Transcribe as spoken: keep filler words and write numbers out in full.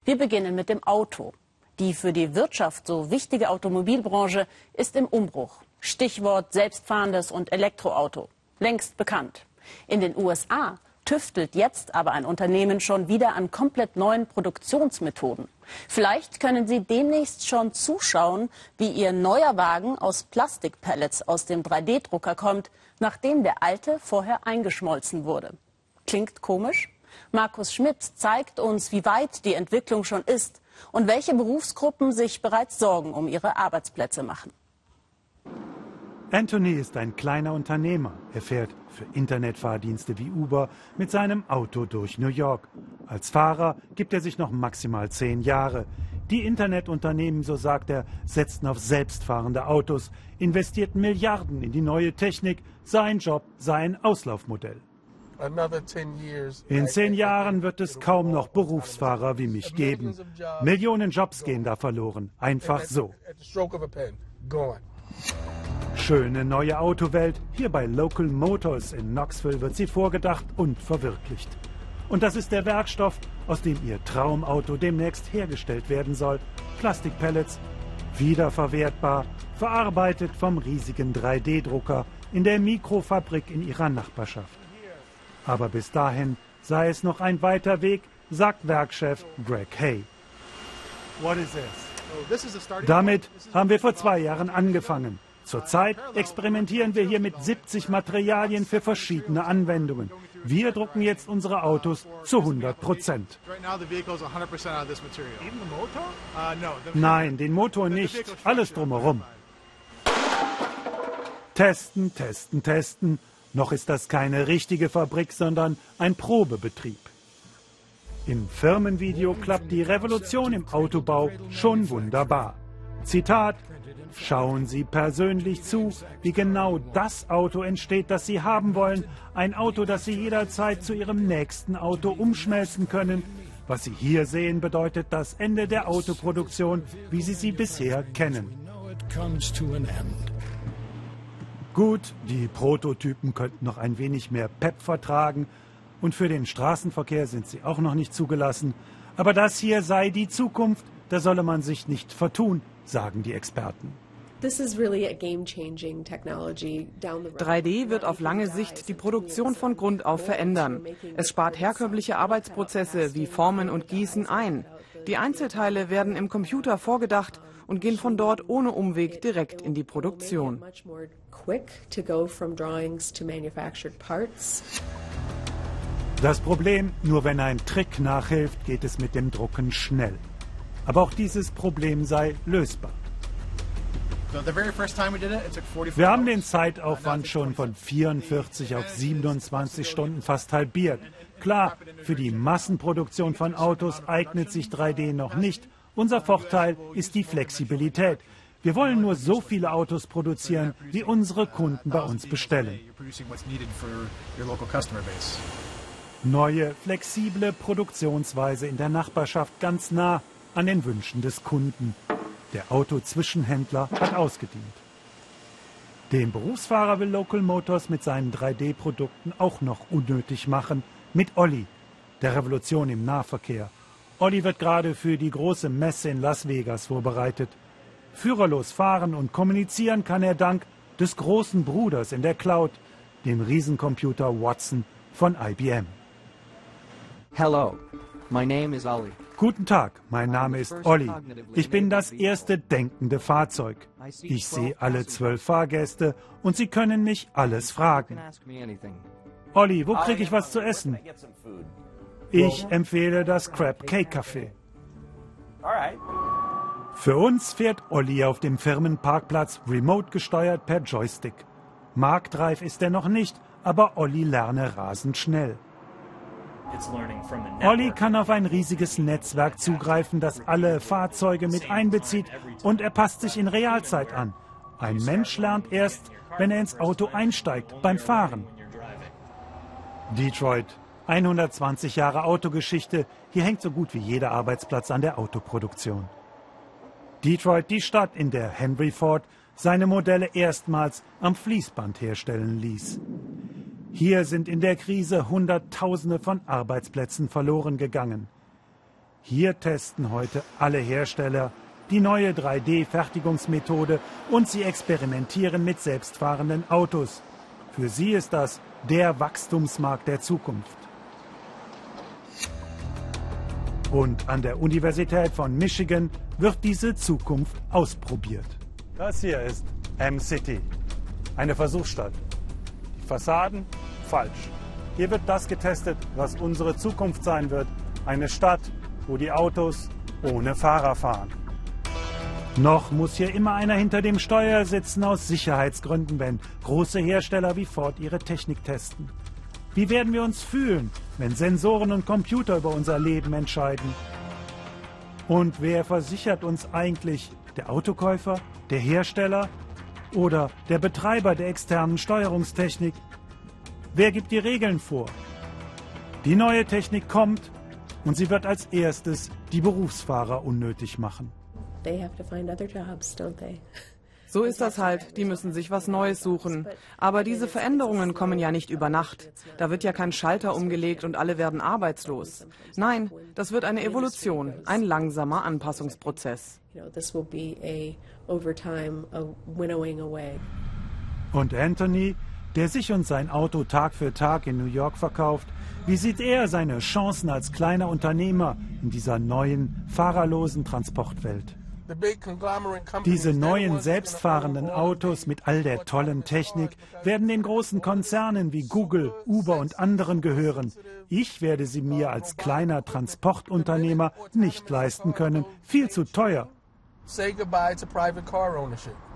Wir beginnen mit dem Auto. Die für die Wirtschaft so wichtige Automobilbranche ist im Umbruch. Stichwort selbstfahrendes und Elektroauto. Längst bekannt. In den U S A tüftelt jetzt aber ein Unternehmen schon wieder an komplett neuen Produktionsmethoden. Vielleicht können Sie demnächst schon zuschauen, wie Ihr neuer Wagen aus Plastikpellets aus dem drei D Drucker kommt, nachdem der alte vorher eingeschmolzen wurde. Klingt komisch? Markus Schmitz zeigt uns, wie weit die Entwicklung schon ist und welche Berufsgruppen sich bereits Sorgen um ihre Arbeitsplätze machen. Anthony ist ein kleiner Unternehmer. Er fährt für Internetfahrdienste wie Uber mit seinem Auto durch New York. Als Fahrer gibt er sich noch maximal zehn Jahre. Die Internetunternehmen, so sagt er, setzten auf selbstfahrende Autos, investierten Milliarden in die neue Technik. Sein Job sei ein Auslaufmodell. In zehn Jahren wird es kaum noch Berufsfahrer wie mich geben. Millionen Jobs gehen da verloren. Einfach so. Schöne neue Autowelt. Hier bei Local Motors in Knoxville wird sie vorgedacht und verwirklicht. Und das ist der Werkstoff, aus dem Ihr Traumauto demnächst hergestellt werden soll. Plastikpellets, wiederverwertbar, verarbeitet vom riesigen drei D Drucker in der Mikrofabrik in Ihrer Nachbarschaft. Aber bis dahin sei es noch ein weiter Weg, sagt Werkchef Greg Hay. Damit haben wir vor zwei Jahren angefangen. Zurzeit experimentieren wir hier mit siebzig Materialien für verschiedene Anwendungen. Wir drucken jetzt unsere Autos zu hundert Prozent. Nein, den Motor nicht, alles drumherum. Testen, testen, testen. Noch ist das keine richtige Fabrik, sondern ein Probebetrieb. Im Firmenvideo klappt die Revolution im Autobau schon wunderbar. Zitat: Schauen Sie persönlich zu, wie genau das Auto entsteht, das Sie haben wollen. Ein Auto, das Sie jederzeit zu Ihrem nächsten Auto umschmelzen können. Was Sie hier sehen, bedeutet das Ende der Autoproduktion, wie Sie sie bisher kennen. Gut, die Prototypen könnten noch ein wenig mehr Pep vertragen und für den Straßenverkehr sind sie auch noch nicht zugelassen. Aber das hier sei die Zukunft, da solle man sich nicht vertun, sagen die Experten. drei D wird auf lange Sicht die Produktion von Grund auf verändern. Es spart herkömmliche Arbeitsprozesse wie Formen und Gießen ein. Die Einzelteile werden im Computer vorgedacht und gehen von dort ohne Umweg direkt in die Produktion. Das Problem, nur wenn ein Trick nachhilft, geht es mit dem Drucken schnell. Aber auch dieses Problem sei lösbar. Wir haben den Zeitaufwand schon von vierundvierzig auf siebenundzwanzig Stunden fast halbiert. Klar, für die Massenproduktion von Autos eignet sich drei D noch nicht. Unser Vorteil ist die Flexibilität. Wir wollen nur so viele Autos produzieren, wie unsere Kunden bei uns bestellen. Neue, flexible Produktionsweise in der Nachbarschaft, ganz nah an den Wünschen des Kunden. Der Autozwischenhändler hat ausgedient. Den Berufsfahrer will Local Motors mit seinen drei D Produkten auch noch unnötig machen. Mit Olli, der Revolution im Nahverkehr. Olli wird gerade für die große Messe in Las Vegas vorbereitet. Führerlos fahren und kommunizieren kann er dank des großen Bruders in der Cloud, dem Riesencomputer Watson von I B M. Hello, my name is Olli. Guten Tag, mein Name ist Olli. Ich bin das erste denkende Fahrzeug. Ich sehe alle zwölf Fahrgäste und sie können mich alles fragen. Olli, wo kriege ich was zu essen? Ich empfehle das Crab Cake Café. Für uns fährt Olli auf dem Firmenparkplatz remote gesteuert per Joystick. Marktreif ist er noch nicht, aber Olli lerne rasend schnell. Olli kann auf ein riesiges Netzwerk zugreifen, das alle Fahrzeuge mit einbezieht, und er passt sich in Realzeit an. Ein Mensch lernt erst, wenn er ins Auto einsteigt, beim Fahren. Detroit, hundertzwanzig Jahre Autogeschichte, hier hängt so gut wie jeder Arbeitsplatz an der Autoproduktion. Detroit, die Stadt, in der Henry Ford seine Modelle erstmals am Fließband herstellen ließ. Hier sind in der Krise Hunderttausende von Arbeitsplätzen verloren gegangen. Hier testen heute alle Hersteller die neue drei D Fertigungsmethode und sie experimentieren mit selbstfahrenden Autos. Für sie ist das der Wachstumsmarkt der Zukunft. Und an der Universität von Michigan wird diese Zukunft ausprobiert. Das hier ist M-City, eine Versuchsstadt. Die Fassaden falsch. Hier wird das getestet, was unsere Zukunft sein wird. Eine Stadt, wo die Autos ohne Fahrer fahren. Noch muss hier immer einer hinter dem Steuer sitzen aus Sicherheitsgründen, wenn große Hersteller wie Ford ihre Technik testen. Wie werden wir uns fühlen, wenn Sensoren und Computer über unser Leben entscheiden? Und wer versichert uns eigentlich? Der Autokäufer, der Hersteller oder der Betreiber der externen Steuerungstechnik? Wer gibt die Regeln vor? Die neue Technik kommt und sie wird als erstes die Berufsfahrer unnötig machen. So ist das halt, die müssen sich was Neues suchen. Aber diese Veränderungen kommen ja nicht über Nacht. Da wird ja kein Schalter umgelegt und alle werden arbeitslos. Nein, das wird eine Evolution, ein langsamer Anpassungsprozess. Und Anthony, der sich und sein Auto Tag für Tag in New York verkauft, wie sieht er seine Chancen als kleiner Unternehmer in dieser neuen, fahrerlosen Transportwelt? Diese neuen selbstfahrenden Autos mit all der tollen Technik werden den großen Konzernen wie Google, Uber und anderen gehören. Ich werde sie mir als kleiner Transportunternehmer nicht leisten können. Viel zu teuer. Say goodbye to private car ownership.